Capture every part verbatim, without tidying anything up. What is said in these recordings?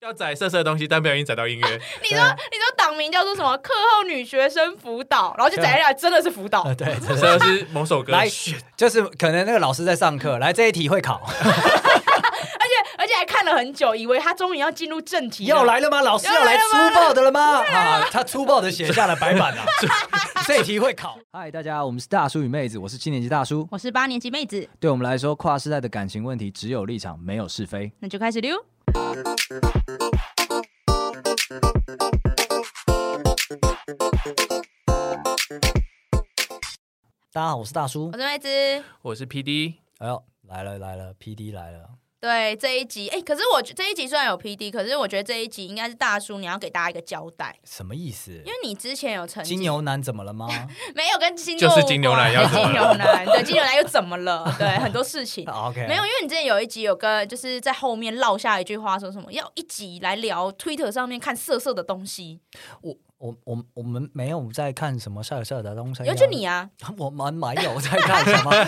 要载色色的东西，但不小心载到音乐。 你说你说党名叫做什么？课后女学生辅导，然后就载下来，真的是辅导。 对， 这是某首歌。 来，就是可能那个老师在上课，来这一题会考。 而且而且还看了很久，以为他终于要进入正题了。 要来了吗？老师要来粗暴的了吗？啊，他粗暴的写下了白板啊，这一题会考。嗨，大家，我们是大叔与妹子，我是七年级大叔， 我是八年级妹子。 对我们来说，跨世代的感情问题只有立场，没有是非。 那就开始溜。 大家好，我是大叔， 我是妹子， 我是 P D。 哎呦，来了来了 ，P D 来了。 对这一集，哎，可是我这一集虽然有 P D， 可是我觉得这一集应该是大叔，你要给大家一个交代。 什么意思？ 因为你之前有曾经金牛男怎么了吗？ 没有跟金牛就是金牛男要怎么了？ 金牛男对金牛男又怎么了？对很多事情。 OK， 没有，因为你之前有一集有跟就是在后面落下一句话，说什么要一集来聊 Twitter 上面看色色的东西。 我我我我们没有在看什么色色的东西、啊， 有就你啊， 我们没有在看什么。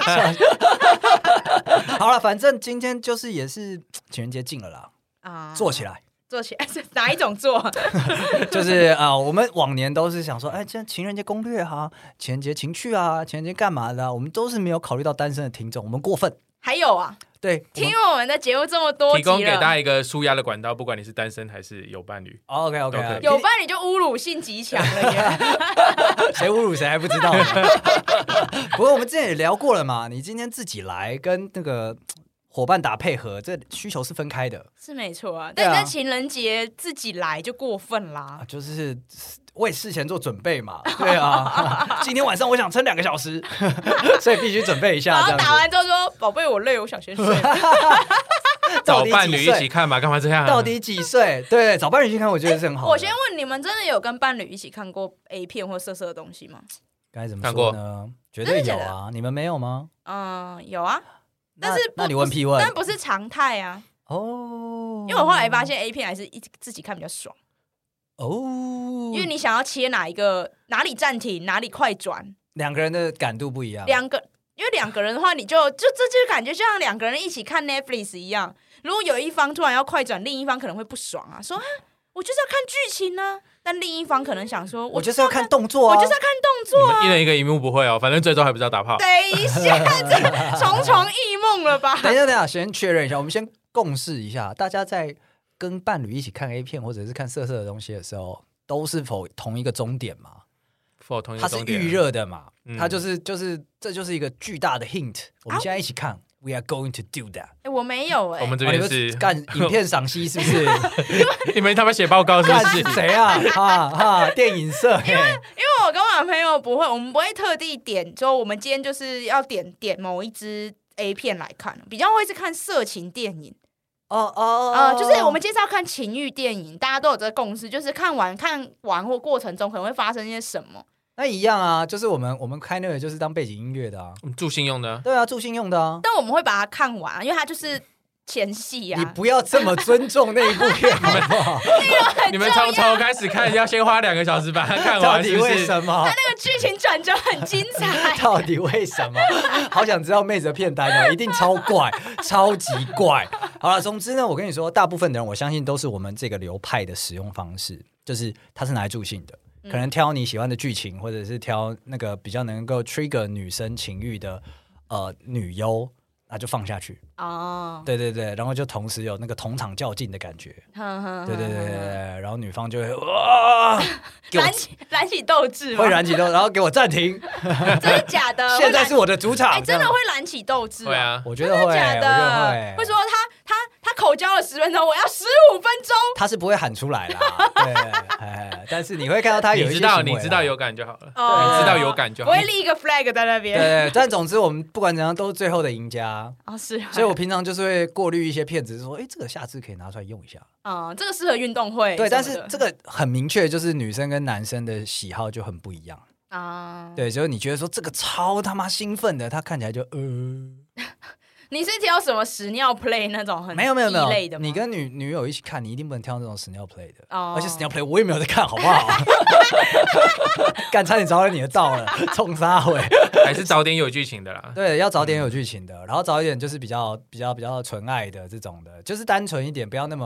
好了，反正今天就是也是情人节近了啦，啊，做起来， 做起来是哪一种做？ 就是啊、呃，我们往年都是想说，哎，这情人节攻略哈、啊，情人节情趣啊，情人节干嘛的、啊，我们都是没有考虑到单身的听众，我们过分。 还有啊， 对， 听我们的节目这么多集了， 提供给大家一个抒压的管道，不管你是单身还是有伴侣。 Oh, OK OK，, okay. 有伴侣就侮辱性极强了耶， 谁侮辱谁还不知道呢。不过我们之前也聊过了嘛，你今天自己来跟那个伙伴打配合，这需求是分开的， 是没错啊。但你在情人节自己来就过分啦， 啊、就是为事前做准备嘛。对啊，今天晚上我想撑两个小时，所以必须准备一下。 然后打完之后说：“宝贝，我累，我想先睡。” 找伴侣一起看嘛，干嘛这样、啊？ 到底几岁？对，找伴侣一起看，我觉得是很好的、 欸。我先问你们，真的有跟伴侣一起看过 A 片或色色的东西吗？ 该怎么说呢？绝对有啊！你们没有吗？ 嗯，有啊。但是那你问屁问， 但不是常态啊。哦，因为我后来发现 A 片还是一自己看比较爽。哦，因为你想要切哪一个，哪里暂停，哪里快转， 两个人的感度不一样。 两个。因为两个人的话，你就就这就感觉就像两个人一起看 Netflix 一样。如果有一方突然要快转，另一方可能会不爽啊，说啊，我就是要看剧情啊。但另一方可能想说， 我就是要看动作啊， 我就是要看动作啊。 一人一个荧幕不会哦，反正最终还不是要打炮。 等一下，这重重异梦了吧？ 等一下，等一下，先确认一下，我们先共识一下，大家在跟伴侣一起看 A 片或者是看色色的东西的时候，都是否同一个终点嘛？ 否同一个终点？ 它是预热的嘛？ 嗯、 它就是就是这就是一个巨大的 hint。我们现在一起看、啊、，We are going to do that。 欸、我没有哎、欸， 我们这边是、 哦、干影片赏析是不是？ 你们他们写报告是不是？ 谁啊？哈哈，电影社、欸。 因为因为我跟我男朋友不会，我们不会特地点，说我们今天就是要点点某一支 A 片来看，比较会是看色情电影。 哦哦， 呃，就是我们介绍看情欲电影，大家都有这个共识，就是看完看完或过程中可能会发生一些什么。 那一样啊，就是我们我们开那个就是当背景音乐的啊， 助兴用的。 对啊，助兴用的啊。 但我们会把它看完，因为它就是前戏啊。 你不要这么尊重那一部片好不好？ 你们从头开始看，要先花两个小时把它看完，是不是？ 到底为什么？ 它那个剧情转折很精彩。 到底为什么？好想知道妹子的片单哦，一定超怪，超级怪。好了，总之呢，我跟你说，大部分的人我相信都是我们这个流派的使用方式，就是它是拿来助兴的。可能挑你喜欢的剧情，或者是挑那个比较能够 trigger 女生情欲的呃女优，那就放下去哦。对对对，然后就同时有那个同场较劲的感觉。对对对对，然后女方就会哇， 燃起燃起斗志， 会燃起斗，然后给我暂停。 真的假的？ 现在是我的主场， 哎，真的会燃起斗志。 会啊， 我觉得会， 假的， 我觉得会。 会说他他他口交了十分钟，我要十五分钟。 他是不会喊出来啦，对，但是你会看到他有一些你知道你知道有感就好了， 哦、 你知道有感就好。 我会立一个 flag 在那边。 对，但总之我们不管怎样都是最后的赢家。 哦，是。 所以我平常就是会过滤一些片子，说，哎，这个下次可以拿出来用一下。 嗯，这个适合运动会。 对，但是这个很明确，就是女生跟男生的喜好就很不一样啊。对，所以你觉得说这个超他妈兴奋的，他看起来就呃。 你是挑什么屎尿 play 那种很没有没有没有， 异类的吗？ 你跟女女友一起看，你一定不能挑那种屎尿 play 的，哦、而且屎尿 play 我也没有在看，好不好？干差点找到你的道了，冲杀回， 还是找点有剧情的啦。 对，要找点有剧情的，然后找一点就是比较比较比较纯爱的这种的，就是单纯一点，不要那么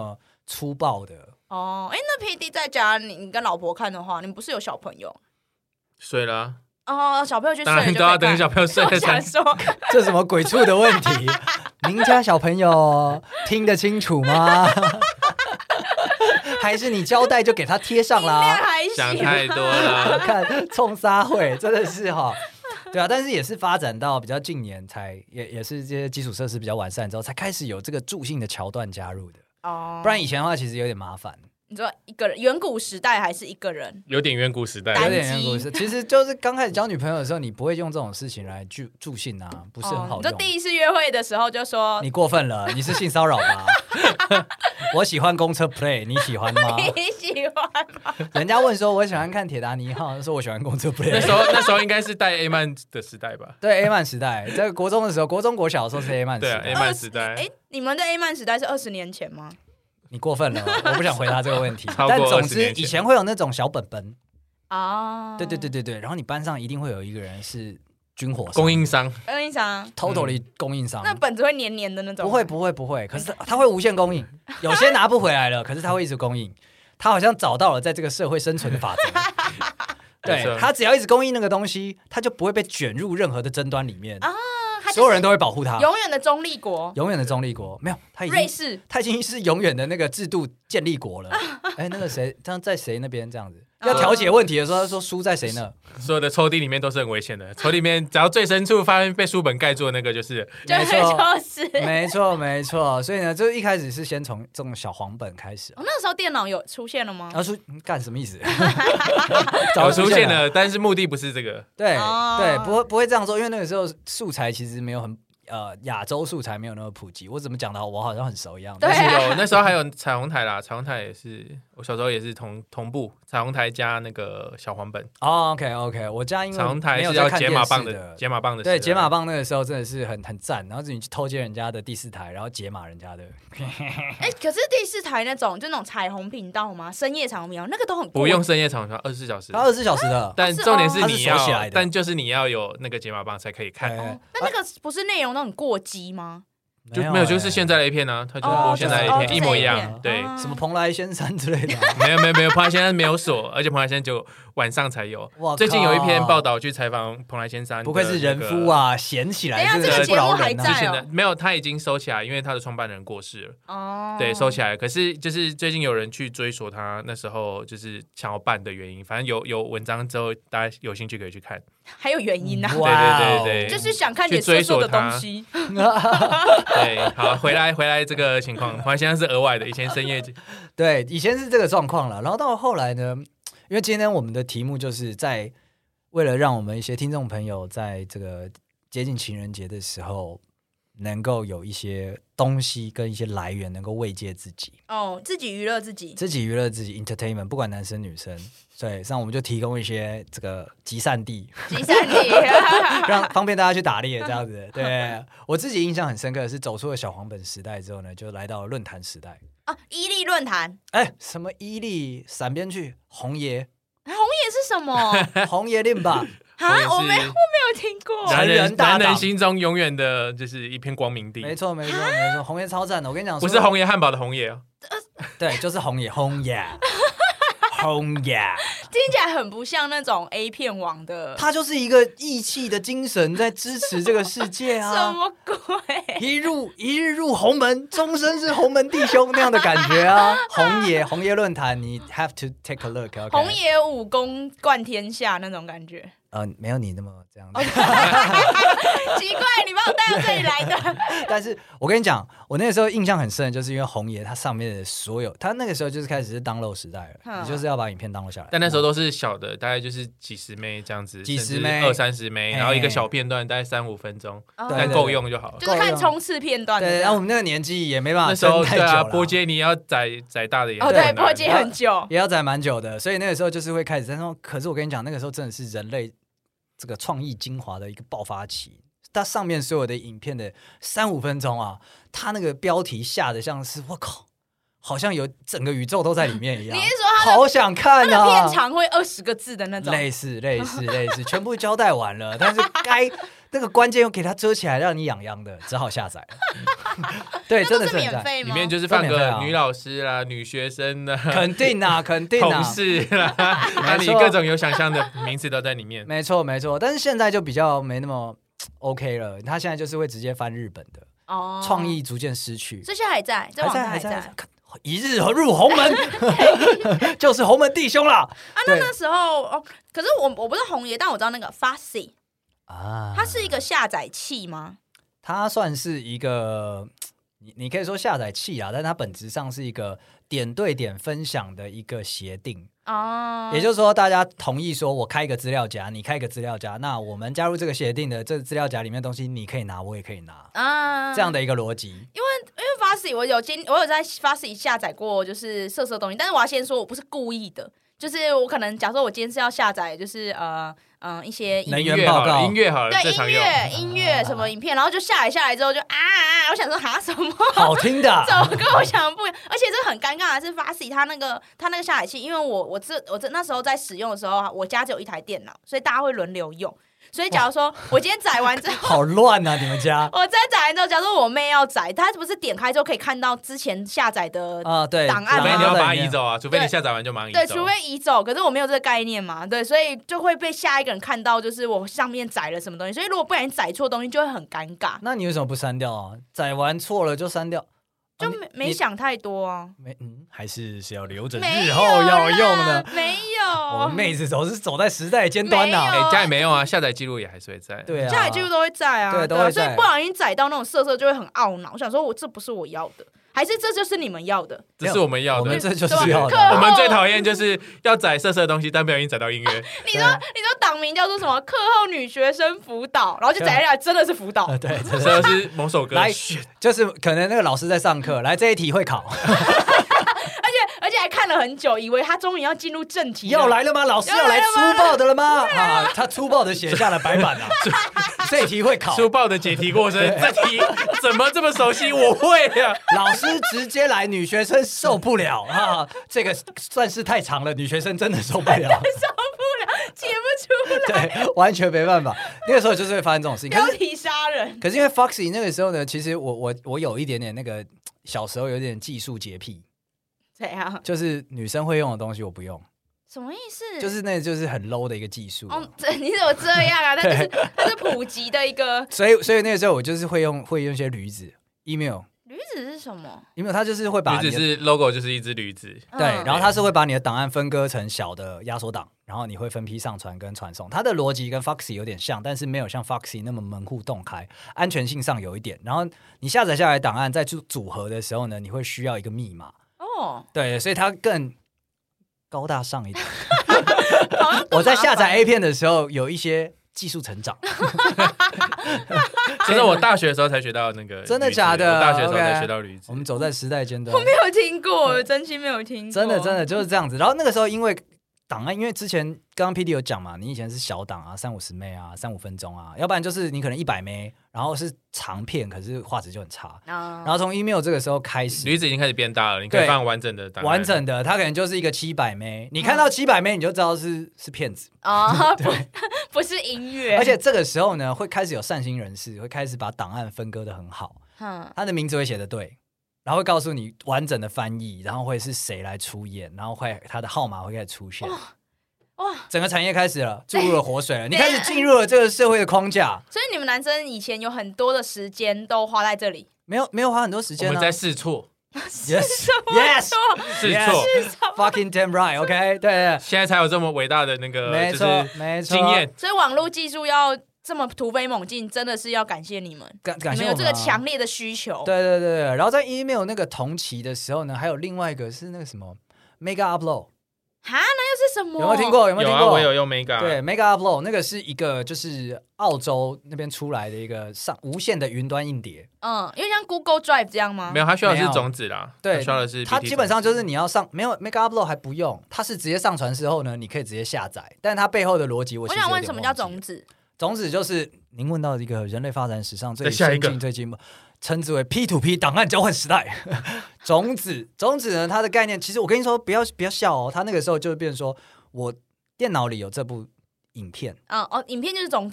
粗暴的。 哦，哎，那 P D 在家，你你跟老婆看的话，你们不是有小朋友？ 睡了、啊。 哦，小朋友去睡当然都要等小朋友睡了才说。 这什么鬼畜的问题？您家小朋友听得清楚吗？还是你胶带就给他贴上啦？ 想太多了， 看冲撒会真的是哈，对啊，但是也是发展到比较近年才也也是这些基础设施比较完善之后，才开始有这个助兴的桥段加入的。哦，不然以前的话其实有点麻烦。 你说一个人，远古时代还是一个人？ 有点远古时代， 有点远古时代。其实就是刚开始交女朋友的时候，你不会用这种事情来助助兴啊，不是很好用。 哦、你就第一次约会的时候就说你过分了，你是性骚扰吧？我喜欢公车 play， 你喜欢吗？ 你喜欢吗？ 人家问说我喜欢看铁达尼号，说我喜欢公车 play。 那时候那时候应该是带 A 曼的时代吧？ 对 A 曼时代，在国中的时候，国中国小的时候是 A 曼时代。 对、啊、A 曼时代。 哎，你们的 A 曼时代是二十年前吗？ 你过分了，我不想回答这个问题。但总之，以前会有那种小本本啊，对对对对对，然后你班上一定会有一个人是军火商供应商， 供应商 ，totally 供应商。 那本子会黏黏的那种？ 不会不会不会，可是他会无限供应，有些拿不回来了，可是他会一直供应。他好像找到了在这个社会生存的法则。对，他只要一直供应那个东西，他就不会被卷入任何的争端里面啊。所有人都会保护他， 永远的中立国， 永远的中立国。没有，他已经瑞士， 他已经是永远的那个制度建立国了。哎，那个谁，这样在谁那边这样子？要调解问题的时候，他说书在谁那？ 所有的抽屉里面都是很危险的，抽屉里面只要最深处发现被书本盖住的那个，就是没错，就是没错，没错。所以呢，就一开始是先从这种小黄本开始。 哦，那个时候电脑有出现了吗？ 啊，出干什么意思？ 早出现了，但是目的不是这个。 对、哦、对，不会不会这样做，因为那个时候素材其实没有很。呃，亚洲素材没有那么普及，我怎么讲的我好像很熟一样。 对、啊， 但是有那时候还有彩虹台啦，彩虹台也是我小时候也是同同步彩虹台加那个小黄本。 哦 ，OK OK， 我家因为彩虹台是要解码棒的，解码棒的。 对，解码棒那个时候真的是很很赞，然后你去偷接人家的第四台，然后解码人家的。 哎、欸，可是第四台那种就那种彩虹频道吗？深夜彩虹频道那个都很不用深夜彩虹频道，二十四小时， 二十四小时的。 但重点是你要， 是但就是你要有那个解码棒才可以看。 哦、那那个不是内容都很过激吗？ 就没有，就是现在的 A 片啊，它就是播现在的 A 片、哦、一模一样，对， 什么蓬莱仙山之类的、啊， 没有没有没有，蓬莱仙山没有锁，而且蓬莱仙山就晚上才有。最近有一篇报道去采访蓬莱仙山、那個， 不愧是人夫啊，闲起来真的是不饶人啊！ 的没有，他已经收起来，因为他的创办人过世了。哦，对，收起来。可是就是最近有人去追索他那时候就是想要办的原因，反正有有文章之后，大家有兴趣可以去看。 还有原因啊？ 对对对对， 就是想看点色色的东西。 对，好，回来回来这个情况，反正现在是额外的，以前深夜对，以前是这个状况了，然后到后来呢，因为今天我们的题目就是在为了让我们一些听众朋友在这个接近情人节的时候，能够有一些东西跟一些来源能够慰藉自己哦，自己娱乐自己， 自己娱乐自己 ，entertainment， 不管男生女生。对，像我们就提供一些这个集散地， 集散地， 让方便大家去打猎这样子。对，我自己印象很深刻的是，走出了小黄本时代之后呢，就来到了论坛时代啊，伊利论坛。 哎，什么伊利？闪边去，红爷， 红爷是什么？ 红爷令吧。 啊，我没我没有听过。 男人男人心中永远的就是一片光明地。 没错没错没错，红爷超赞的。我跟你讲， 不是红爷汉堡的红爷哦， 对，就是红爷红爷。红爷听起来很不像那种 A 片网的， 他就是一个义气的精神在支持这个世界啊！ 什么鬼？ 一入一日入红门，终身是红门弟兄那样的感觉啊！红爷红爷论坛，你 have to take a look、okay? 红爷武功冠天下那种感觉。 呃，没有你那么这样子。 奇怪，你把我带到这里来的。 但是我跟你讲，我那个时候印象很深，就是因为红爷他上面的所有，他那个时候就是开始是download时代了，嗯、你就是要把影片download下来。 但那时候都是小的，大概就是几十枚这样子， 几十枚、 二三十枚，然后一个小片段大概三五分钟，但够用就好了。 就是看冲刺片段的。 对，然后我们那个年纪也没办法那时候太久了。 对啊，波接你要载载大的也哦，对，波接很久， 也要载蛮久的，所以那个时候就是会开始在说。可是我跟你讲，那个时候真的是人类这个创意精华的一个爆发期。它上面所有的影片的三五分钟啊，它那个标题下的像是我靠，好像有整个宇宙都在里面一样。 你是说它好想看啊？ 片长会二十个字的那种？ 类似类似类似，全部交代完了，但是该那个关键又给它遮起来，让你痒痒的，只好下载。对，真的是免费吗？ 里面就是放个女老师啦、女学生啦， 肯定啊，肯定啊， 同事啦，那你各种有想象的名词都在里面。 没错，没错。但是现在就比较没那么 OK 了，他现在就是会直接翻日本的，哦，创意逐渐失去。 这些还在，这网站还在。 一日入鸿门，就是鸿门弟兄啦。 啊，那那时候哦，可是我我不是红爷，但我知道那个 Foxy 啊，它是一个下载器吗？ 它算是一个，你你可以说下载器啊，但它本质上是一个点对点分享的一个协定。哦，也就是说，大家同意说，我开一个资料夹，你开一个资料夹，那我们加入这个协定的这个资料夹里面的东西，你可以拿，我也可以拿啊，这样的一个逻辑。因为因为 Foxy 我有经我有在 Foxy 下载过，就是色色东西，但是我要先说，我不是故意的，就是我可能假设我今天是要下载，就是呃。嗯，一些能源报告、 音乐好了， 对音乐、音乐什么影片，然后就下来下来之后就啊啊，我想说哈什么好听的， 怎么跟我想的不一样？而且这很尴尬的是 Foxy 它那个它那个下载器，因为我我这我这那时候在使用的时候，我家只有一台电脑，所以大家会轮流用。所以假如说我今天载完之后好乱啊你们家我再载完之后，假如说我妹要载，她不是点开之后可以看到之前下载的档案吗？ 除非你要把它移走啊，除非你下载完就马上移走。 对，除非移走，可是我没有这个概念嘛，对，所以就会被下一个人看到，就是我上面载了什么东西，所以如果不然载错东西就会很尴尬。 那你为什么不删掉啊？载完错了就删掉， 就没、啊、没想太多啊， 没嗯，还是是要留着日后要用的。 没有， 我们妹子总是走在时代尖端呐、啊。 哎、欸，家里没有啊，下载记录也还是会在。 对啊， 下载记录都会在啊， 对，都会在。 所以不小心载到那种色色就会很懊恼，我想说我这不是我要的。还是这就是你们要的？ 这是我们要的， 我们这就是要的。 我们最讨厌就是要载色色的东西，但不小心载到音乐。 你说，你说档名叫做什么？课后女学生辅导，然后就载下来，真的是辅导。 呃、对， 真的是某首歌。 来，就是可能那个老师在上课，来这一题会考。 而且而且还看了很久，以为他终于要进入正题了。 要来了吗？老师要来粗暴的了吗？啊，他粗暴的写下了白板啊。这一题会考， 粗暴的解题过程，这题怎么这么熟悉？我会啊！ 老师直接来，女学生受不了啊！这个算是太长了，女学生真的受不了， 受不了，解不出来，对，完全没办法。那个时候就是会发生这种事情， 标题杀人。 可是因为 Foxy 那个时候呢，其实我我我有一点点那个小时候有点技术洁癖， 怎样？ 就是女生会用的东西我不用。 什么意思？ 就是那就是很 low 的一个技术。 哦，你怎么这样啊？那就是它是普及的一个。 所以所以那个时候我就是会用会用一些驴子 email。 驴子是什么 ？email 它就是会把驴子是 logo 就是一只驴子。 对，嗯、然后它是会把你的档案分割成小的压缩档，然后你会分批上传跟传送。它的逻辑跟 Foxy 有点像，但是没有像 Foxy 那么门户洞开，安全性上有一点。然后你下载下来档案在组组合的时候呢，你会需要一个密码。哦。对，所以它更高大上一点。我在下载 A 片的时候有一些技术成长。 其实我大学的时候才学到那个， 真的假的？ 我大学的时候才学到驴子。 我们走在时代尖端。 我没有听过，真心没有听过。 真的真的就是这样子。然后那个时候因为档案，因为之前刚刚 P D 有讲嘛，你以前是小档啊，三五十 M 啊，三五分钟啊，要不然就是你可能一百 M， 然后是长片，可是画质就很差。哦、然后从 email 这个时候开始， 驴子已经开始变大了，你可以放完整的档案。 完整的，它可能就是一个七百 M， 你看到七百 M 你就知道是是骗子哦，不不是音乐。 而且这个时候呢，会开始有善心人士会开始把档案分割的很好，嗯，他的名字会写的对。然后会告诉你完整的翻译，然后会是谁来出演，然后会他的号码会开始出现。哇哇！整个产业开始了，注入了活水了，你开始进入了这个社会的框架。 所以你们男生以前有很多的时间都花在这里， 没有没有花很多时间、啊。 我们在试错。 Yes yes 试错 ，fucking damn right，OK，、okay? 对, 对， 现在才有这么伟大的那个， 没错没错， 经验。 所以网络技术要这么突飞猛进，真的是要感谢你们， 感感谢你们有这个强烈的需求。 对对对，然后在 email 那个同期的时候呢，还有另外一个是那个什么 Mega Upload。 哈，那又是什么？ 有没有听过？有没有听过？ 有啊，我有用 Mega。 对 ，Mega Upload 那个是一个就是澳洲那边出来的一个上无线的云端硬碟。 嗯，因为像 Google Drive 这样吗？ 没有，它需要的是种子啦。 对， 需要的是它基本上就是你要上，没有 Mega Upload 还不用，它是直接上传之后呢，你可以直接下载。但它背后的逻辑我其实有点忘记了。 我想问什么叫种子？ 种子就是您问到一个人类发展史上最先进、最进步。称之为 P to P 档案交换时代。种子，种子呢？它的概念其实我跟你说，不要不要笑哦。它那个时候就变成说，我电脑里有这部影片， 嗯哦，影片就是种子。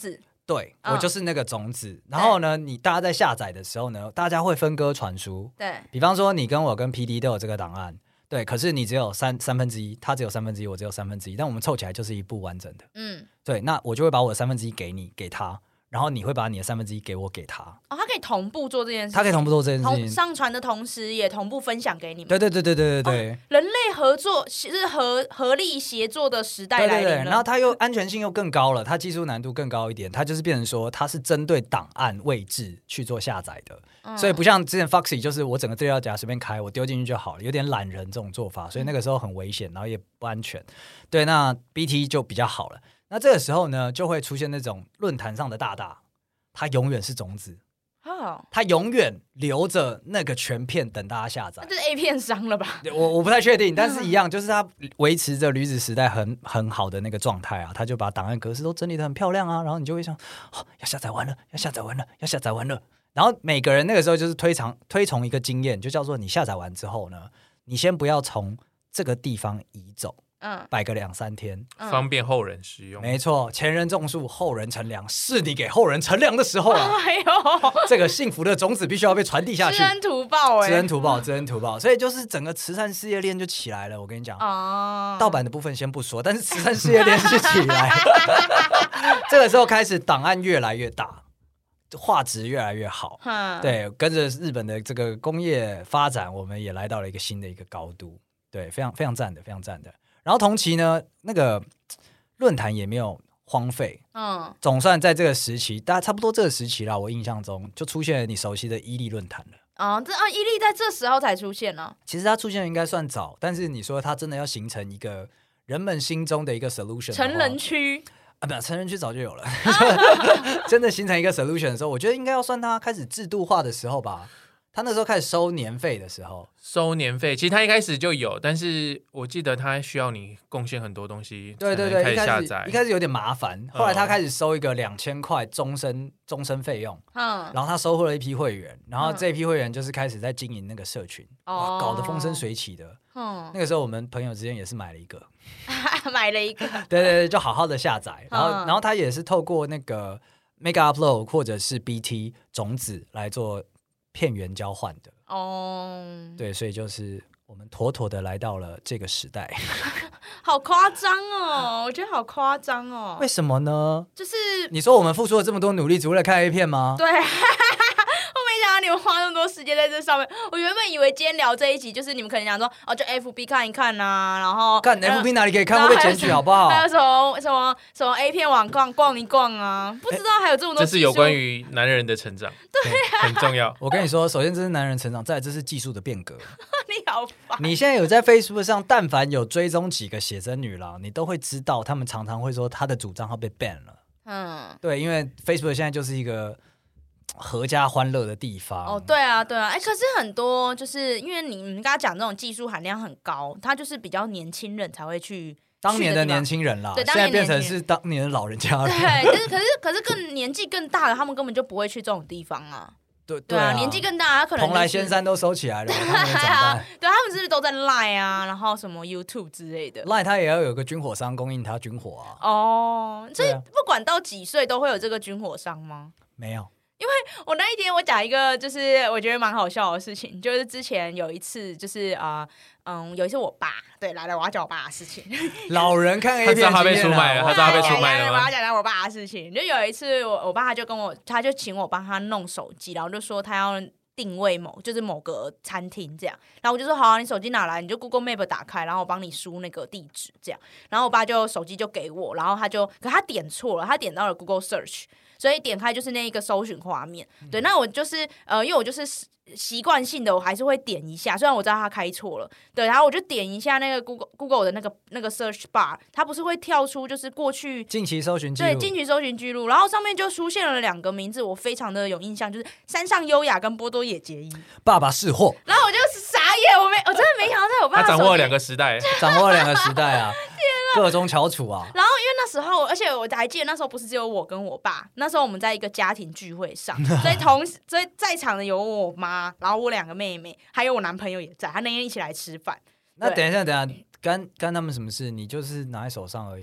对、 嗯、 我就是那个种子。然后呢，你大家在下载的时候呢，大家会分割传输。 对， 比方说你跟我跟 P D 都有这个档案，对，可是你只有三三分之一，他只有三分之一，我只有三分之一，但我们凑起来就是一部完整的。嗯，对，那我就会把我的三分之一给你，给他。然后你会把你的三分之一给我给他哦，他可以同步做这件事情， 他可以同步做这件事情， 上传的同时也同步分享给你们。 对对对对对对对、哦， 人类合作是合合力协作的时代来临了。对对对， 然后它又安全性又更高了，它技术难度更高一点，它就是变成说它是针对档案位置去做下载的，嗯、所以不像之前 Foxy 就是我整个资料夹随便开，我丢进去就好了，有点懒人这种做法，所以那个时候很危险，然后也不安全。对，那 B T 就比较好了。那这个时候呢，就会出现那种论坛上的大大。它永远是种子，它永远留着那个全片等大家下载。 这是 A 片商了吧？ 我我不太确定，但是一样，就是它维持着驴子时代很很好的那个状态啊，它就把档案格式都整理得很漂亮啊，然后你就会想，哦，要下载完了，要下载完了，要下载完了。然后每个人那个时候就是推崇推崇一个经验，就叫做你下载完之后呢，你先不要从这个地方移走。嗯，摆个两三天， 方便后人使用。 没错，前人种树，后人乘凉，是你给后人乘凉的时候啊！哎呦，这个幸福的种子必须要被传递下去， 知恩图报、欸， 知恩图报，知恩图报。所以就是整个慈善事业链就起来了。我跟你讲，哦，盗版的部分先不说，但是慈善事业链是起来。这个时候开始，档案越来越大，画质越来越好。对，跟着日本的这个工业发展，我们也来到了一个新的一个高度。对，非常非常赞的，非常赞的。然后同期呢，那个论坛也没有荒废，嗯，总算在这个时期，大概差不多这个时期啦，我印象中就出现了你熟悉的伊利论坛了。 啊、哦，这啊，伊利在这时候才出现呢。 其实它出现应该算早，但是你说它真的要形成一个人们心中的一个 solution， 成人区啊，不，成人区早就有了。真的形成一个 solution 的时候，我觉得应该要算它开始制度化的时候吧。他那时候开始收年费的时候， 收年费，其实他一开始就有，但是我记得他需要你贡献很多东西， 对对对， 开始下载， 一开始有点麻烦，后来他开始收一个两千块终身终身费用，嗯，然后他收获了一批会员，然后这一批会员就是开始在经营那个社群，嗯、哇，搞得风生水起的，嗯，那个时候我们朋友之间也是买了一个， 买了一个， 对对对，就好好的下载，然后、嗯、然后他也是透过那个 Mega Upload 或者是 B T 种子来做片源交换的哦， oh. 对，所以就是我们妥妥的来到了这个时代。 好夸张哦，我觉得好夸张哦。 为什么呢？ 就是你说我们付出了这么多努力，只为了看 A 片吗？ 对。我没想到你们花那么多时间在这上面。我原本以为今天聊这一集，就是你们可能讲说，哦，就 F B 看一看啊，然后看 F B 哪里可以看，会被检举好不好？ 还有什么什么什么 A 片网逛逛一逛啊？不知道还有这么多。 这是有关于男人的成长， 对、啊， 很重要。 我跟你说，首先这是男人成长，再来这是技术的变革。 你好烦！ 你现在有在 Facebook 上，但凡有追踪几个写真女郎，你都会知道，他们常常会说他的主账号被 ban 了。嗯，对，因为 Facebook 现在就是一个合家欢乐的地方。 哦，对啊，对啊，哎，可是很多就是因为你们刚刚讲这种技术含量很高，它就是比较年轻人才会去。 当年的年轻人啦， 对， 现在变成是当年的老人家了。 对，可是可是可是更年纪更大的，他们根本就不会去这种地方啊。 对对啊，年纪更大，他可能、就是、 蓬莱仙山都收起来了，他们怎么办？ 对，他们是不是都在 Line 啊，然后什么 YouTube 之类的 ？Line 它也要有个军火商供应它军火啊。 哦，所以不管到几岁都会有这个军火商吗？ 没有。 因为我那一天我讲一个就是我觉得蛮好笑的事情，就是之前有一次就是啊、呃、嗯有一次我爸对来了我要讲我爸的事情， 老人看 A 片， 他知道他被出卖了，他知道他被出卖了吗？ 我要讲讲我爸的事情，就有一次我我爸他就跟我他就请我帮他弄手机，然后就说他要定位某就是某个餐厅这样，然后我就说好啊，你手机拿来，你就 Google Map 打开，然后我帮你输那个地址这样，然后我爸就手机就给我，然后他就可他点错了，他点到了 Google Search。所以点开就是那一个搜寻画面，对，那我就是呃，因为我就是习惯性的，我还是会点一下，虽然我知道他开错了，对，然后我就点一下那个 Google Google 的那个那个 search bar， 它不是会跳出就是过去近期搜寻记录， 对，近期搜寻记录，然后上面就出现了两个名字，我非常的有印象，就是山上优雅跟波多野结衣， 爸爸是货， 然后我就傻眼，我没，我真的没想到在我爸他掌握了两个时代， 掌握了两个时代啊。各中翘楚啊！ 然后因为那时候，而且我还记得那时候不是只有我跟我爸，那时候我们在一个家庭聚会上，所以同所以在场的有我妈，然后我两个妹妹，还有我男朋友也在，他那天一起来吃饭。 那等一下，等一下，干干他们什么事？你就是拿在手上而已啊。 对，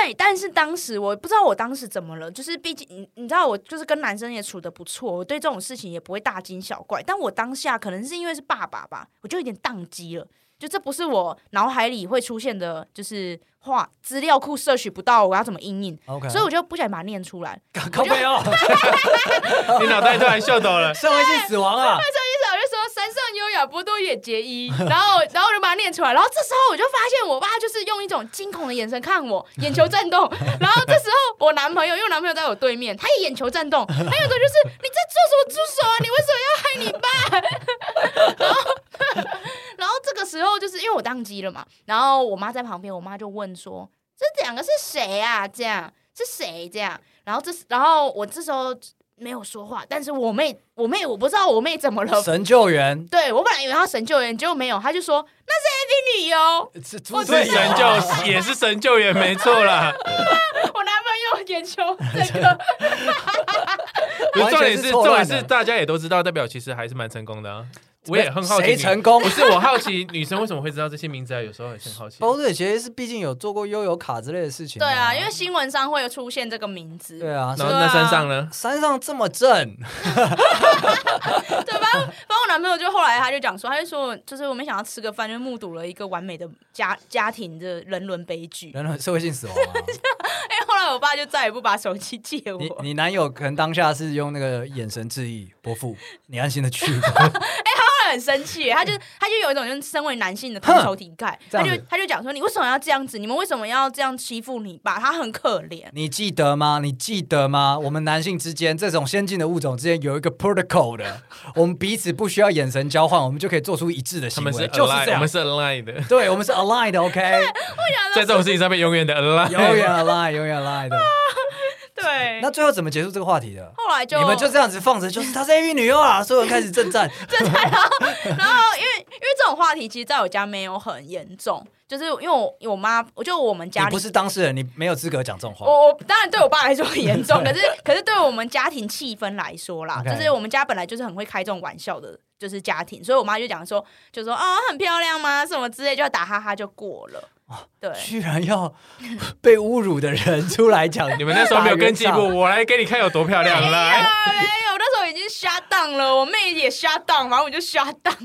对，但是当时我不知道我当时怎么了，就是毕竟你你知道我就是跟男生也处得不错，我对这种事情也不会大惊小怪。但我当下可能是因为是爸爸吧，我就有点宕机了，就这不是我脑海里会出现的，就是话资料库摄取不到，我要怎么因应？ OK， 所以我就不想把它念出来。 靠背哦， 你脑袋突然秀抖了， 社会性死亡啊！ 我就说山上优雅，波多野结衣，然后然后我就把它念出来，然后这时候我就发现我爸就是用一种惊恐的眼神看我，眼球颤动，然后这时候我男朋友，因为我男朋友在我对面，他也眼球颤动，他有种就是你在做什么猪手啊？你为什么要害你爸？然后然后这个时候就是因为我宕机了嘛，然后我妈在旁边，我妈就问说这两个是谁啊？这样是谁？这样，然后这然后我这时候。没有说话，但是我妹，我妹我不知道我妹怎么了。 神救援， 对我本来以为她神救援，结果没有，她就说那是 A V 女优， 是是神救也是神救援，没错啦。 我男朋友眼球这个， 不是重点是重点是大家也都知道，代表其实还是蛮成功的啊。我也很好奇谁成功？ 不是我好奇女生为什么会知道这些名字啊？有时候也是很好奇。 包对杰是毕竟有做过悠游卡之类的事情、 啊。对啊，因为新闻上会有出现这个名字。 对啊， 然后那山上呢？ 山上这么正。 对，反正反正我男朋友就后来他就讲说，他就说，就是我们想要吃个饭，就目睹了一个完美的家家庭的人伦悲剧， 人伦社会性死亡、啊。 因为后来我爸就再也不把手机借我。 你你男友可能当下是用那个眼神致意，伯父，你安心的去吧。哎、 欸，他很生气，他就他就有一种就是身为男性的同仇敌忾，他就他就讲说，你为什么要这样子？你们为什么要这样欺负你爸？他很可怜。 你记得吗？你记得吗？我们男性之间这种先进的物种之间有一个 protocol 的，我们彼此不需要眼神交换，我们就可以做出一致的行为。 他们是就是这样， 我们是 aligned 的， 对，我们是 aligned 的 ，OK 。 在这种事情上面永远的 aligned， 永远 aligned， 永远 aligned 的。 对， 那最后怎么结束这个话题的？ 后来就你们就这样子放着，就是她是 A V 女优啊，所有人开始征战， 征战。然后，然后因为因为这种话题，其实在我家没有很严重，就是因为我我妈，我就我们家里， 你不是当事人，你没有资格讲这种话。 我我当然对我爸来说很严重，可是可是对我们家庭气氛来说啦， okay. 就是我们家本来就是很会开这种玩笑的，就是家庭，所以我妈就讲说，就说啊、哦、很漂亮吗？什么之类，就要打哈哈就过了。 哦、 对， 居然要被侮辱的人出来讲， 你们那时候没有跟进步，我来给你看有多漂亮来。 没有，没有，那时候已经下档了，我妹也下档，然后我就下档。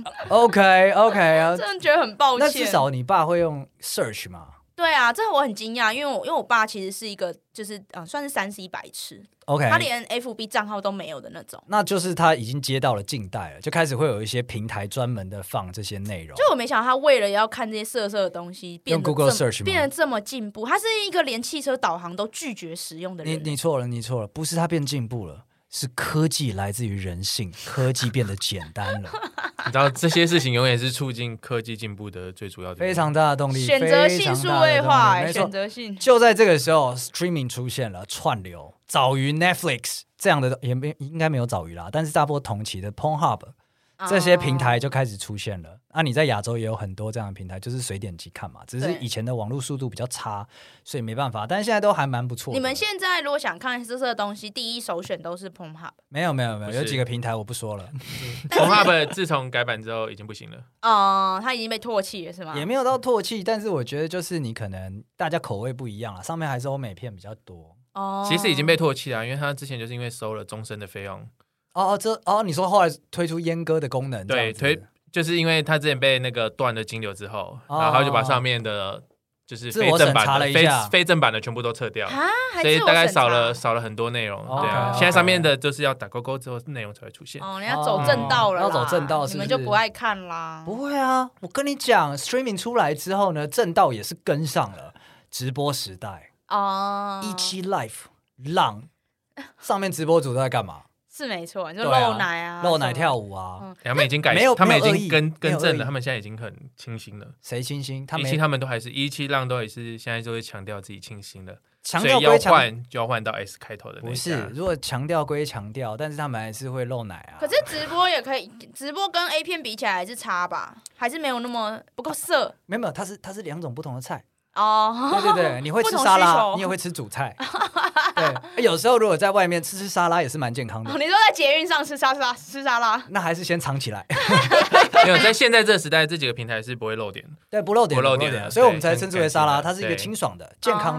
OK OK 啊， 真的觉得很抱歉。 那至少你爸会用 search 嘛？ 对啊，这我很惊讶，因为我因为我爸其实是一个就是嗯、呃、算是三 C 白痴 ，OK， 他连 F B 账号都没有的那种。 那就是他已经接到了近代了，就开始会有一些平台专门的放这些内容。 就我没想到他为了要看这些色色的东西，变得用 Google Search 吗？ 变得这么进步。他是一个连汽车导航都拒绝使用的人。 你你错了，你错了，不是他变进步了。是科技来自于人性，科技变得简单了。 你知道这些事情永远是促进科技进步的最主要的非常大的动力， 选择性数位化、 欸， 选择性。 就在这个时候 ，streaming 出现了，串流、早于 Netflix 这样的也没应该没有早于啦，但是大波同期的 Pornhub 这些平台就开始出现了。啊，你在亚洲也有很多这样的平台，就是随点击看嘛，只是以前的网络速度比较差，所以没办法。但是现在都还蛮不错的。 你们现在如果想看色色的东西，第一首选都是 Pornhub。 没有没有没有，有几个平台我不说了。 Pornhub 自从改版之后已经不行了。 哦、呃，它已经被唾弃了是吗？ 也没有到唾弃，但是我觉得就是你可能大家口味不一样啦，上面还是欧美片比较多。 哦， 其实已经被唾弃了，因为他之前就是因为收了终身的费用。 哦哦，这哦，你说后来推出阉割的功能， 对，推就是因为他之前被那个断了金流之后，哦、然后他就把上面的，就是非正版的、非非正版的全部都撤掉， 啊， 所以大概少了少了很多内容。 哦、 对啊， okay, 现在上面的就是要打勾勾之后，内容才会出现。 哦，你要走正道了、哦， 要走正道是不是， 你们就不爱看啦？ 不会啊，我跟你讲 ，streaming 出来之后呢，正道也是跟上了直播时代哦， 一期 live 浪上面直播主都在干嘛？ 是没错，你说露奶啊， 露奶跳舞啊， 嗯、 他们已经改， 没有， 他们已经更更正了，他们现在已经很清新了。 谁清新？他们一期他们都还是一期浪都还是现在就会强调自己清新的， 强调归强，换就要换到 S 开头的那。 不是，如果强调归强调，但是他们还是会露奶啊。 可是直播也可以，直播跟 A 片比起来还是差吧，还是没有那么不够色。 没有没有，它是它是两种不同的菜。 哦， 对对对，你会吃沙拉，你也会吃主菜。对，有时候如果在外面吃吃沙拉也是蛮健康的。 哦、你说在捷运上吃沙拉吃沙拉， 那还是先藏起来。 没有，在现在这个时代，这几个平台是不会漏点的。 对，不漏点， 不漏点的，所以我们才称之为沙拉，它是一个清爽的、健康的。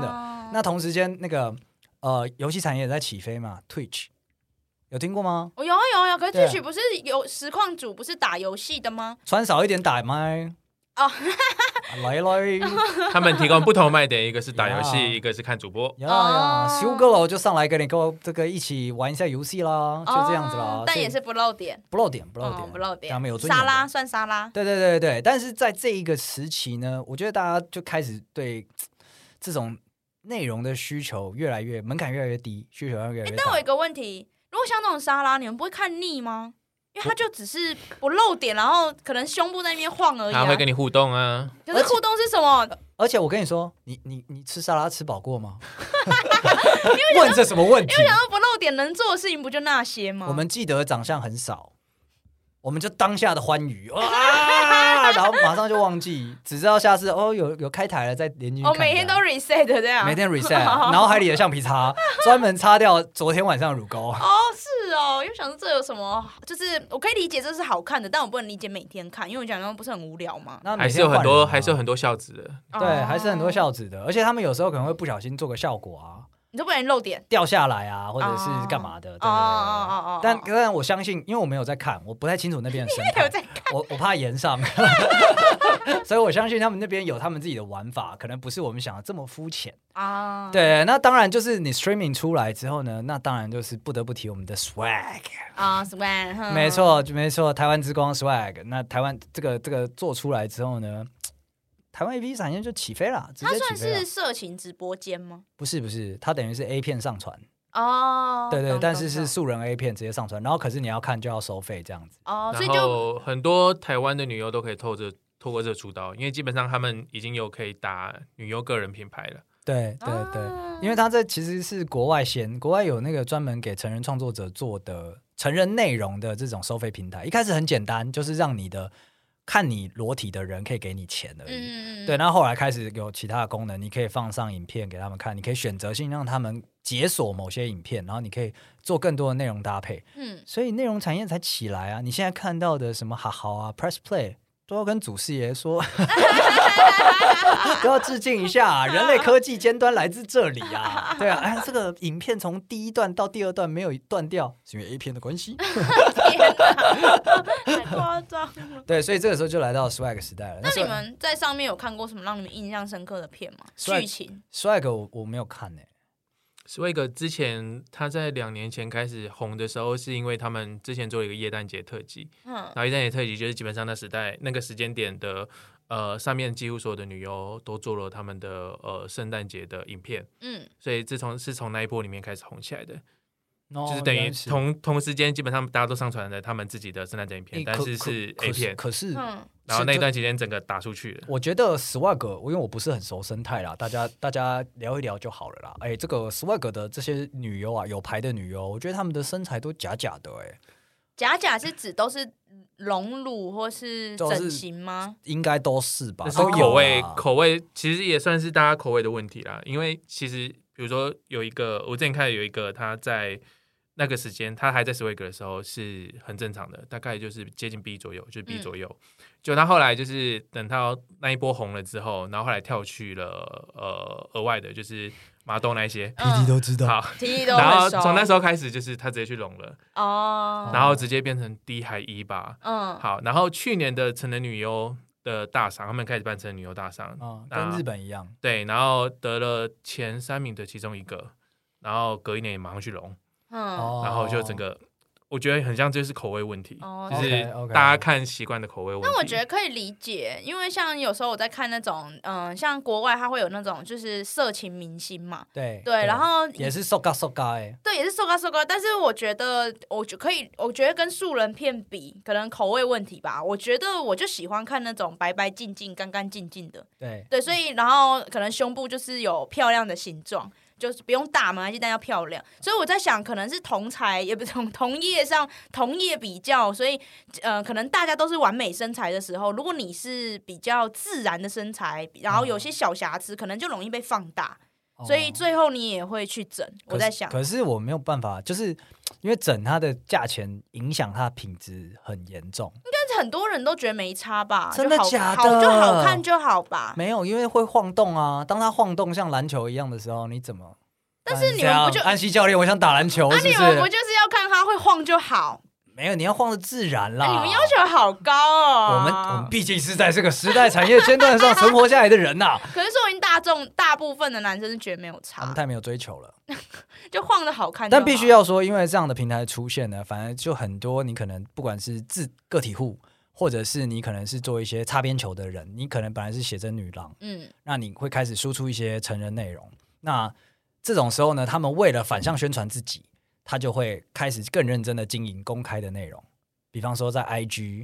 那同时间那个呃游戏产业也在起飞嘛 ，Twitch 有听过吗？ 哦，有啊有啊有，可是 Twitch 不是有实况主不是打游戏的吗？ 穿少一点打麦哦， 来来， 他们提供不同的卖点，一个是打游戏，一个是看主播。 呀呀，修哥楼就上来跟你跟我这个一起玩一下游戏啦，就这样子啦。 哦、但也是不露点， 不露点，不露点， 哦、不露点。 他们有沙拉算沙拉。 对对对对，但是在这一个时期呢，我觉得大家就开始对这种内容的需求越来越门槛越来越低，需求量越来越大。 但我有一个问题，如果像这种沙拉，你们不会看腻吗？因为他就只是不露点，然后可能胸部在那边晃而已、啊。 他会跟你互动啊。 可是互动是什么？ 而且我跟你说，你你你吃沙拉吃饱过吗？问这什么问题？ 因为想要不露点能做的事情不就那些吗？ 我们记得长相很少，我们就当下的欢愉啊，然后马上就忘记，只知道下次哦有有开台了再连进去看。 哦，每天都 reset 这样， 每天 reset， 脑海里的橡皮擦专门擦掉昨天晚上的乳沟。 哦，是哦，又想说这有什么？就是我可以理解这是好看的，但我不能理解每天看，因为我讲说不是很无聊吗？ 还是有很多，还是有很多孝子的， 对，哦、还是很多孝子的，而且他们有时候可能会不小心做个效果啊。 你就不能漏点掉下来啊，或者是干嘛的？哦哦哦哦。但但我相信，因为我没有在看，我不太清楚那边的生态。 有在看， 我我怕延上，所以我相信他们那边有他们自己的玩法，可能不是我们想的这么肤浅啊。对，那当然就是你 streaming 出来之后呢，那当然就是不得不提我们的 swag 啊 ，swag， 没错没错，台湾之光 swag。那台湾这个这个做出来之后呢？台湾 A P 产业就起飞了，直接起飞了。 它算是色情直播间吗？ 不是不是，它等于是 A 片上传哦。 对对，但是是素人 A 片直接上传，然后可是你要看就要收费这样子。 哦，所以就很多台湾的女优都可以透着透过这出道，因为基本上他们已经有可以打女优个人品牌了。 对对对，哦、因为它这其实是国外先，国外有那个专门给成人创作者做的成人内容的这种收费平台，一开始很简单，就是让你的。看你裸体的人可以给你钱而已，嗯、对。那后来开始有其他的功能，你可以放上影片给他们看，你可以选择性让他们解锁某些影片，然后你可以做更多的内容搭配。嗯，所以内容产业才起来啊！你现在看到的什么好好啊 ，Press Play 都要跟祖师爷说，都要致敬一下、啊，人类科技尖端来自这里啊！对啊，哎，这个影片从第一段到第二段没有断掉，是因为 A 片的关系。 天哪，太夸张了。 对，所以这个时候就来到 swag 时代了。 那你们在上面有看过什么让你们印象深刻的片吗？剧情 swag 我我没有看呢、欸。 swag 之前他在两年前开始红的时候，是因为他们之前做了一个耶诞节特辑，嗯，然后耶诞节特辑就是基本上那时代那个时间点的，呃，上面几乎所有的女优都做了他们的呃圣诞节的影片，嗯，所以自从是从那一波里面开始红起来的。No, 就是等于同同时间，基本上大家都上传了他们自己的圣诞节影片，但是是 A 片。 可是， 嗯、 然后那段期间整个打出去了。 我觉得 swag， 因为我不是很熟生态啦，大家大家聊一聊就好了啦。哎，这个 swag 的这些女优啊，有牌的女优，我觉得她们的身材都假假的、欸，哎， 假假是指都是隆乳或是整形吗？ 应该都是吧。 但是口味、哦、口味其实也算是大家口味的问题啦。因为其实比如说有一个，我之前看有一个他在。那个时间他还在 swag 的时候是很正常的，大概就是接近 B 左右，就是 B 左右。嗯、就他后来就是等他那一波红了之后，然后后来跳去了呃额外的，就是麻豆那一些 ，T T 都知道。 好 ，T T 都然后从那时候开始，就是他直接去隆了哦， 然后直接变成 D 还 E 吧。嗯，好，然后去年的成人女优的大赏，他们开始办成人女优大赏， 哦，跟日本一样。 对，然后得了前三名的其中一个，然后隔一年也马上去隆。嗯，然后就整个，我觉得很像就是口味问题，哦、就是大家看习惯的口味问题。 那我觉得可以理解，因为像有时候我在看那种，嗯、呃，像国外它会有那种就是色情明星嘛， 对对，然后也是 so ga so ga 哎， 对，也是 so ga so ga，但是我觉得我就可以，我觉得跟素人片比，可能口味问题吧。我觉得我就喜欢看那种白白净净、干干净净的， 对对，所以然后可能胸部就是有漂亮的形状。就是不用大嘛，但要漂亮，所以我在想，可能是同才，也不是同同业上同业比较，所以呃，可能大家都是完美身材的时候，如果你是比较自然的身材，然后有些小瑕疵，可能就容易被放大，哦、所以最后你也会去整。我在想， 可是我没有办法，就是因为整它的价钱影响它的品质很严重， 应该很多人都觉得没差吧？ 真的假的？ 好就好看就好吧？ 没有，因为会晃动啊。当它晃动像篮球一样的时候，你怎么？ 但是你们不就安西教练，我想打篮球， 啊， 是不是？ 你们不就是要看它会晃就好？ 没有，你要晃的自然啦、 啊。你们要求好高哦！ 我们我们毕竟是在这个时代产业尖端上存活下来的人呐、啊。 可是说明大众大部分的男生是觉得没有差， 他们太没有追求了， 就晃的好看就好。 但必须要说，因为这样的平台出现呢，反而就很多你可能不管是自个体户，或者是你可能是做一些擦边球的人，你可能本来是写真女郎，嗯，那你会开始输出一些成人内容。那这种时候呢，他们为了反向宣传自己。他就会开始更认真的经营公开的内容，比方说在 I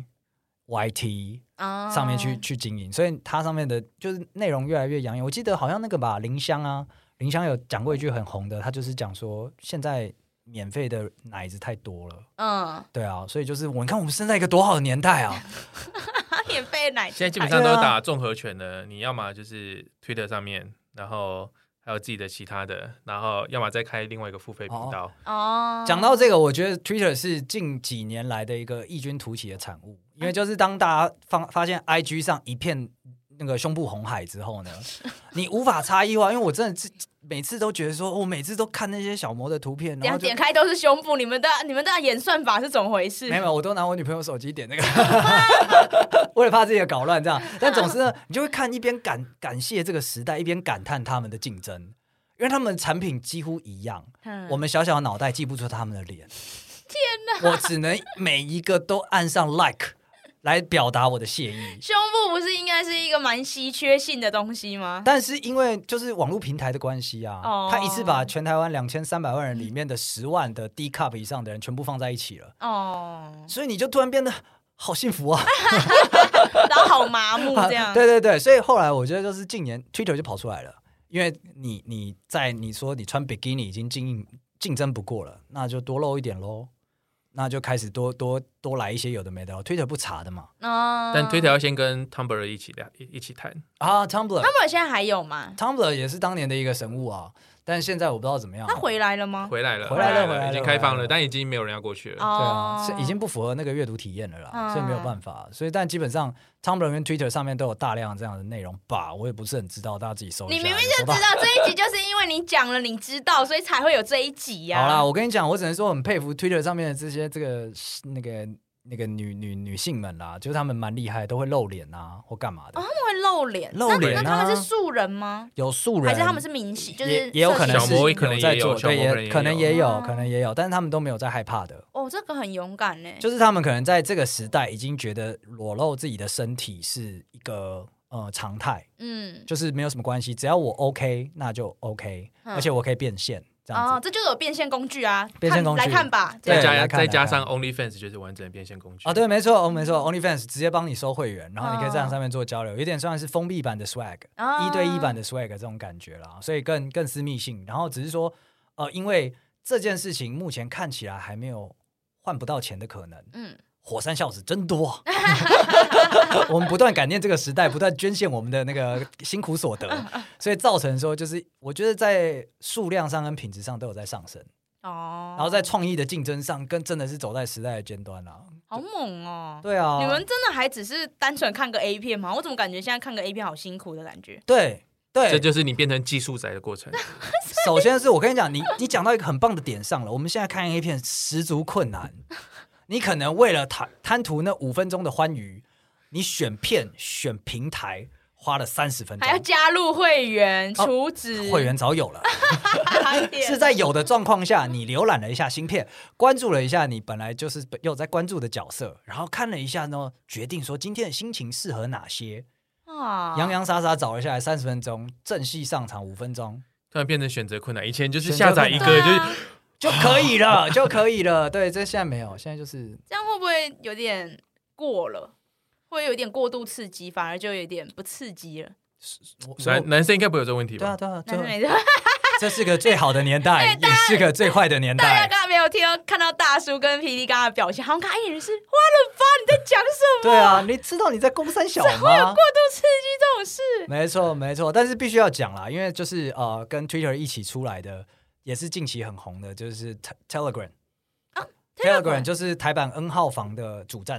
G、Y T 上面去、oh. 去经营，所以它上面的就是内容越来越养眼。我记得好像那个吧，林香啊，林香有讲过一句很红的，他就是讲说现在免费的奶子太多了，嗯，对啊，所以就是我看我们生在一个多好的年代啊， 免费的奶子现在基本上都打综合拳的，你要么就是 Twitter 上面，然后。还有自己的其他的，然后要么再开另外一个付费频道。 哦， 讲到这个，我觉得 Twitter 是近几年来的一个异军突起的产物，因为就是当大家发发现 I G 上一片那个胸部红海之后呢，你无法差异化，因为我真的是每次都觉得说，我每次都看那些小模的图片，然后点开都是胸部，你们的你们的演算法是怎么回事？ 没有，我都拿我女朋友手机点那个，为了怕自己的搞乱这样。但总之呢，你就会看一边感感谢这个时代，一边感叹他们的竞争，因为他们的产品几乎一样，嗯、我们小小的脑袋记不住他们的脸。 天哪！ 我只能每一个都按上 like。来表达我的谢意。 胸部不是应该是一个蛮稀缺性的东西吗？ 但是因为就是网络平台的关系啊，哦、他一次把全台湾两千三百万人里面的十万的 D cup 以上的人全部放在一起了，哦，所以你就突然变得好幸福啊， 然后好麻木这样。 啊、对对对，所以后来我觉得就是近年 Twitter 就跑出来了，因为你你在你说你穿比基尼已经竞竞争不过了，那就多露一点咯。那就开始多多多来一些有的没的 ，Twitter 不查的嘛。 哦、但 Twitter 要先跟 Tumblr 一起聊，一起谈啊。Tumblr，Tumblr Tumblr 现在还有吗 ？Tumblr 也是当年的一个神物啊，但现在我不知道怎么样。 他回来了吗？ 回来了， 回来了，回来了， 已经开放了，但已经没有人要过去了。 哦、 对啊，已经不符合那个阅读体验了啦，嗯、所以没有办法。所以但基本上 Tumblr 跟 Twitter 上面都有大量这样的内容吧，我也不是很知道，大家自己搜一下。 你明明就知道这一集就是因为你讲了，你知道，所以才会有这一集呀、啊。 好啦，我跟你讲，我只能说很佩服 Twitter 上面的这些这个那个那个女女女性们啦，就是她们蛮厉害，都会露脸啊或干嘛的。 哦，他们会露脸， 露脸、啊、 那他们是素人吗？ 有素人， 还是他们是明星？就是也也有可能是有在做， 对，也可能也有，可能也有，但是他们都没有在害怕的。 哦，这个很勇敢呢。 就是他们可能在这个时代已经觉得裸露自己的身体是一个呃常态，嗯，就是没有什么关系，只要我 OK， 那就 OK，、嗯、而且我可以变现。 哦，这就是有变现工具啊！ 变现工具来看吧， 再加再加上 OnlyFans 就是完整的变现工具啊！对，没错，没错 ，OnlyFans 直接帮你收会员，然后你可以在上面做交流，有点算是封闭版的 swag，、哦、一对一版的 swag 这种感觉啦，所以更更私密性。然后只是说，呃，因为这件事情目前看起来还没有换不到钱的可能，嗯。火山孝子真多，我们不断感念这个时代，不断捐献我们的那个辛苦所得，所以造成说，就是我觉得在数量上跟品质上都有在上升哦，然后在创意的竞争上，跟真的是走在时代的尖端啦， 好猛哦！ 对啊， 你们真的还只是单纯看个 A 片吗？我怎么感觉现在看个 A 片好辛苦的感觉？ 对对， 这就是你变成技术宅的过程。 首先是我跟你讲，你你讲到一个很棒的点上了，我们现在看 A 片十足困难。你可能为了贪贪图那五分钟的欢愉，你选片选平台花了三十分钟， 还要加入会员储值、 哦，会员早有了，是在有的状况下，你浏览了一下新片，关注了一下你本来就是有在关注的角色，然后看了一下呢，决定说今天的心情适合哪些，啊，洋洋洒洒找了下来三十分钟，正戏上场五分钟， 突然变成选择困难，以前就是下载一个就是。 就可以了，就可以了。对，这现在没有，现在就是这样，会不会有点过了？会有点过度刺激，反而就有点不刺激了。 男男生应该不会有这个问题吧？ 对啊，对啊， 男生没错。 这是个最好的年代，也是个最坏的年代。 大家刚刚没有听到看到大叔跟皮迪刚刚的表现，好像看一眼是花了吧？你在讲什么？ 对啊，你知道你在攻三小吗？ 会有过度刺激这种事？ 没错，没错。但是必须要讲啦，因为就是呃，跟 Twitter 一起出来的。也是近期很红的，就是 Telegram， 啊 Telegram 就是台版 N 号房的主战场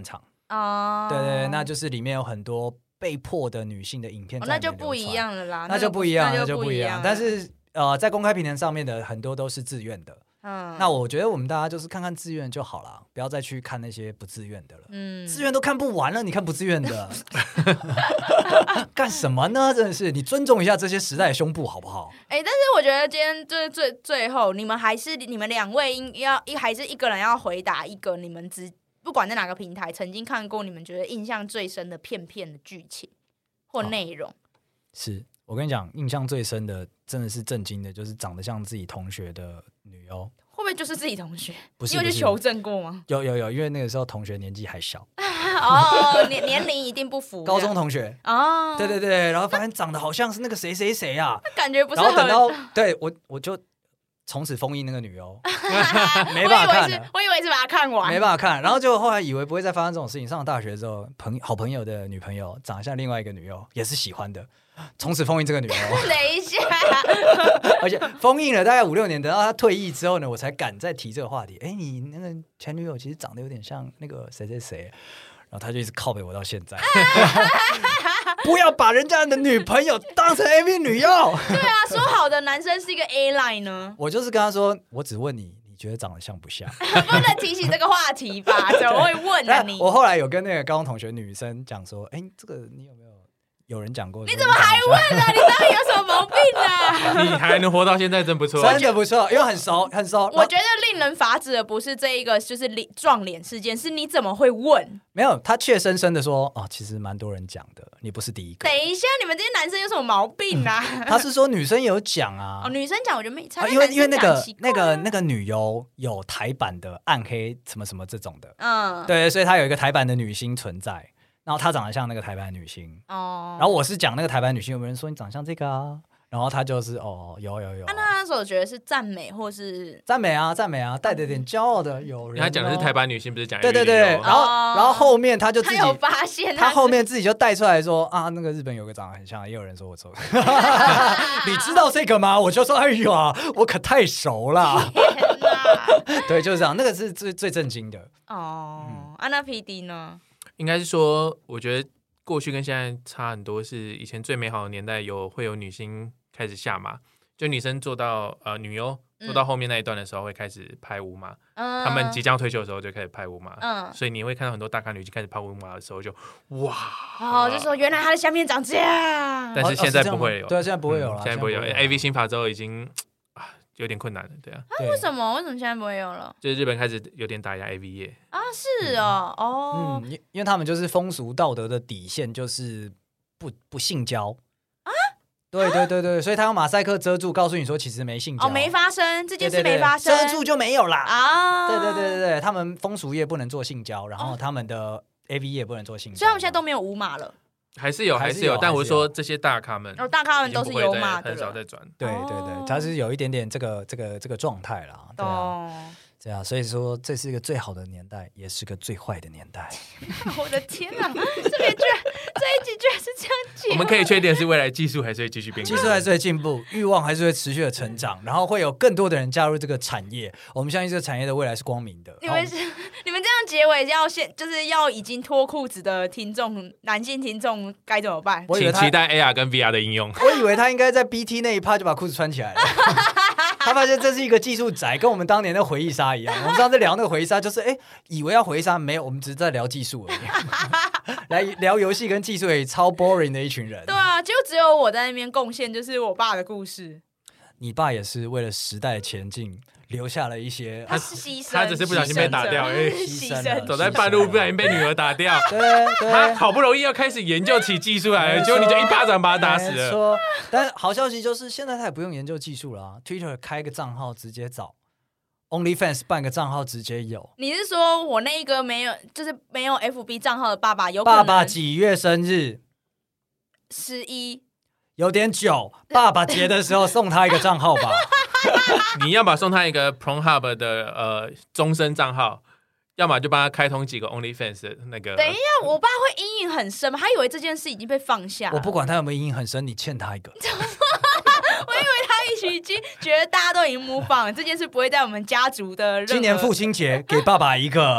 哦， 对对，那就是里面有很多被迫的女性的影片、 哦，那就不一样了啦， 那就不一样， 那就不一样。但是呃，在公开平台上面的很多都是自愿的。嗯，那我觉得我们大家就是看看自愿就好了，不要再去看那些不自愿的了。嗯，自愿都看不完了，你看不自愿的干什么呢？真的是，你尊重一下这些时代的胸部好不好？ 哎、欸，但是我觉得今天就是最最后，你们还是你们两位应要一还是一个人要回答一个你们只不管在哪个平台曾经看过你们觉得印象最深的片片的剧情或内容。 是我跟你讲，印象最深的真的是震惊的，就是长得像自己同学的女优。 会不会就是自己同学？ 不是， 你有去求证过吗？ 有有有，因为那个时候同学年纪还小。 哦，年年龄一定不符。 高中同学哦，对对对，然后发现长得好像是那个谁谁谁啊， 感觉不是很。然后等到对我我就从此封印那个女优，没办法看了。 我以为是把它看完， 没办法看。然后就后来以为不会再发生这种事情。上了大学之后，朋好朋友的女朋友长得像另外一个女优，也是喜欢的。从此封印这个女优。 等一下， 而且封印了大概五六年，等到她退役之后呢，我才敢再提这个话题。哎，你那个前女友其实长得有点像那个谁谁谁，然后她就一直靠北我到现在。不要把人家的女朋友当成 A V 女优。 对啊，说好的男生是一个 A line 呢？ 我就是跟他说，我只问你，你觉得长得像不像？ 不能提起这个话题吧？怎么会问啊你？ 我后来有跟那个高中同学女生讲说，哎，这个你有没有？有人讲过， 你怎么还问啊？你到底有什么毛病啊？ 你还能活到现在，真不错， 真的不错，因为很熟，很熟。 我觉得令人发指的不是这一个，就是撞脸事件，是你怎么会问？ 没有，他怯生生的说，哦，其实蛮多人讲的，你不是第一个。 等一下，你们这些男生有什么毛病啊？ 嗯、他是说女生有讲啊， 哦，女生讲我觉得没差、 啊，因为因为那个那个那个女优有台版的暗黑什么什么这种的，嗯，对，所以她有一个台版的女星存在。然后她长得像那个台版女星哦，然后我是讲那个台版女星，有没有人说你长得像这个啊？然后她就是哦，有有有。 啊、那她那时候觉得是赞美或是赞美啊，赞美啊，带着点骄傲的有人、哦。 他讲的是台版女星，不是讲对对对。然后、哦、然后后面他就自己他有发现， 他后面自己就带出来说啊，那个日本有个长得很像，也有人说我错。你知道这个吗？我就说哎呦啊，我可太熟了。对，就是这样，那个是最最震惊的哦。嗯、啊，那 P D 呢？ 应该是说，我觉得过去跟现在差很多，是以前最美好的年代有会有女星开始下马，就女生做到呃女优做到后面那一段的时候会开始拍舞马，嗯、他们即将退休的时候就开始拍舞马，嗯、所以你会看到很多大咖女星开始拍舞马的时候就哇， 哦，就说原来她的下面长这样， 但是现在不会有， 哦、对，现在不会有了、嗯， 现在不会有 A V 新法之后已经。有点困难了，对啊。 啊，为什么？为什么现在不会有了？ 就是日本开始有点打压 A V 业啊，是哦，嗯、哦， 嗯，因为他们就是风俗道德的底线就是不不性交啊，对对对对，所以他用马赛克遮住，告诉你说其实没性交， 哦，没发生这件事没发生， 对对对，遮住就没有啦啊，对对对对对，他们风俗业不能做性交，然后他们的 A V 业不能做性交， 所以他们现在都没有舞马了。 还是有，还是有，但我说这些大咖们， 哦，大咖们都是有马的， 很少在转。 对对对，他是有一点点这个这个这个状态啦，对啊，对啊，所以说这是一个最好的年代，也是个最坏的年代。 我的天哪，这边居然这一集居然是这样讲。 我们可以确定是未来技术还是会继续变， 技术还是会进步，欲望还是会持续的成长，然后会有更多的人加入这个产业。我们相信这个产业的未来是光明的。 你们是你们这样结尾要先就是要已经脱裤子的听众，男性听众该怎么办？ 请期待 A R 跟 V R 的应用。 我以为他应该在 B T 那一趴就把裤子穿起来了。他发现这是一个技术宅，跟我们当年的回忆杀一样。我们上次聊那个回忆杀，就是哎，以为要回忆杀，没有，我们只是在聊技术而已。来聊游戏跟技术而已，超 boring 的一群人。 对啊，就只有我在那边贡献，就是我爸的故事。 你爸也是为了时代前进，留下了一些， 他是牺牲， 他只是不小心被打掉， 牺牲， 走在半路不小心被女儿打掉。 对对， 他好不容易要开始研究起技术来了，结果你就一巴掌把他打死了。 没错，但好消息就是现在他也不用研究技术了、啊、，Twitter 开个账号直接找。OnlyFans 办个账号直接有。 你是说我那一个没有，就是没有 F B 账号的爸爸有可能？ 爸爸几月生日？ 十一。 有点久，爸爸节的时候送他一个账号吧。 你要么送他一个 Pornhub 的呃终身账号，要么就帮他开通几个 OnlyFans 的那个。 等一下，我爸会阴影很深吗？他以为这件事已经被放下了。 我不管他有没有阴影很深，你欠他一个。 我以为他已经觉得大家都已经 move on 了，这件事不会在我们家族的任何。 今年父亲节给爸爸一个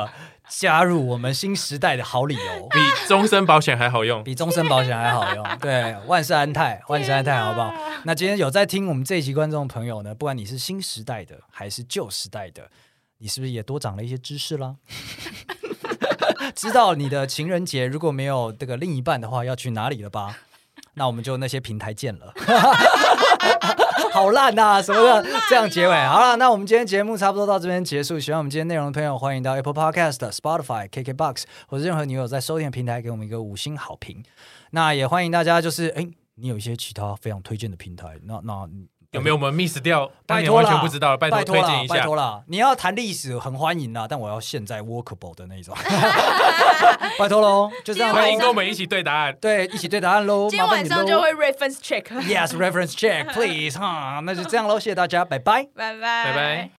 加入我们新时代的好理由， 比终身保险还好用， 比终身保险还好用。对，万事安泰，万事安泰，好不好？那今天有在听我们这一期观众的朋友呢，不管你是新时代的还是旧时代的，你是不是也多长了一些知识啦？知道你的情人节如果没有这个另一半的话，要去哪里了吧？那我们就那些平台见了。好烂啊什么的、哦、这样结尾好了，那我们今天节目差不多到这边结束。喜欢我们今天内容的朋友，欢迎到 Apple Podcast、Spotify、K K B O X 或者任何你有在收听的平台给我们一个五星好评。那也欢迎大家，就是哎，你有一些其他非常推荐的平台，那那有没有我们 miss 掉？ 拜托啦， 完全不知道，拜托推荐一下， 拜托啦！你要谈历史很欢迎啦，但我要现在 workable 的那种，拜托喽，就这样。 欢迎跟我们一起对答案， 对，一起对答案喽。 今天晚上就会 reference check。 Yes, reference check, please 哈，那就这样喽，谢谢大家，拜拜， 拜拜， 拜拜。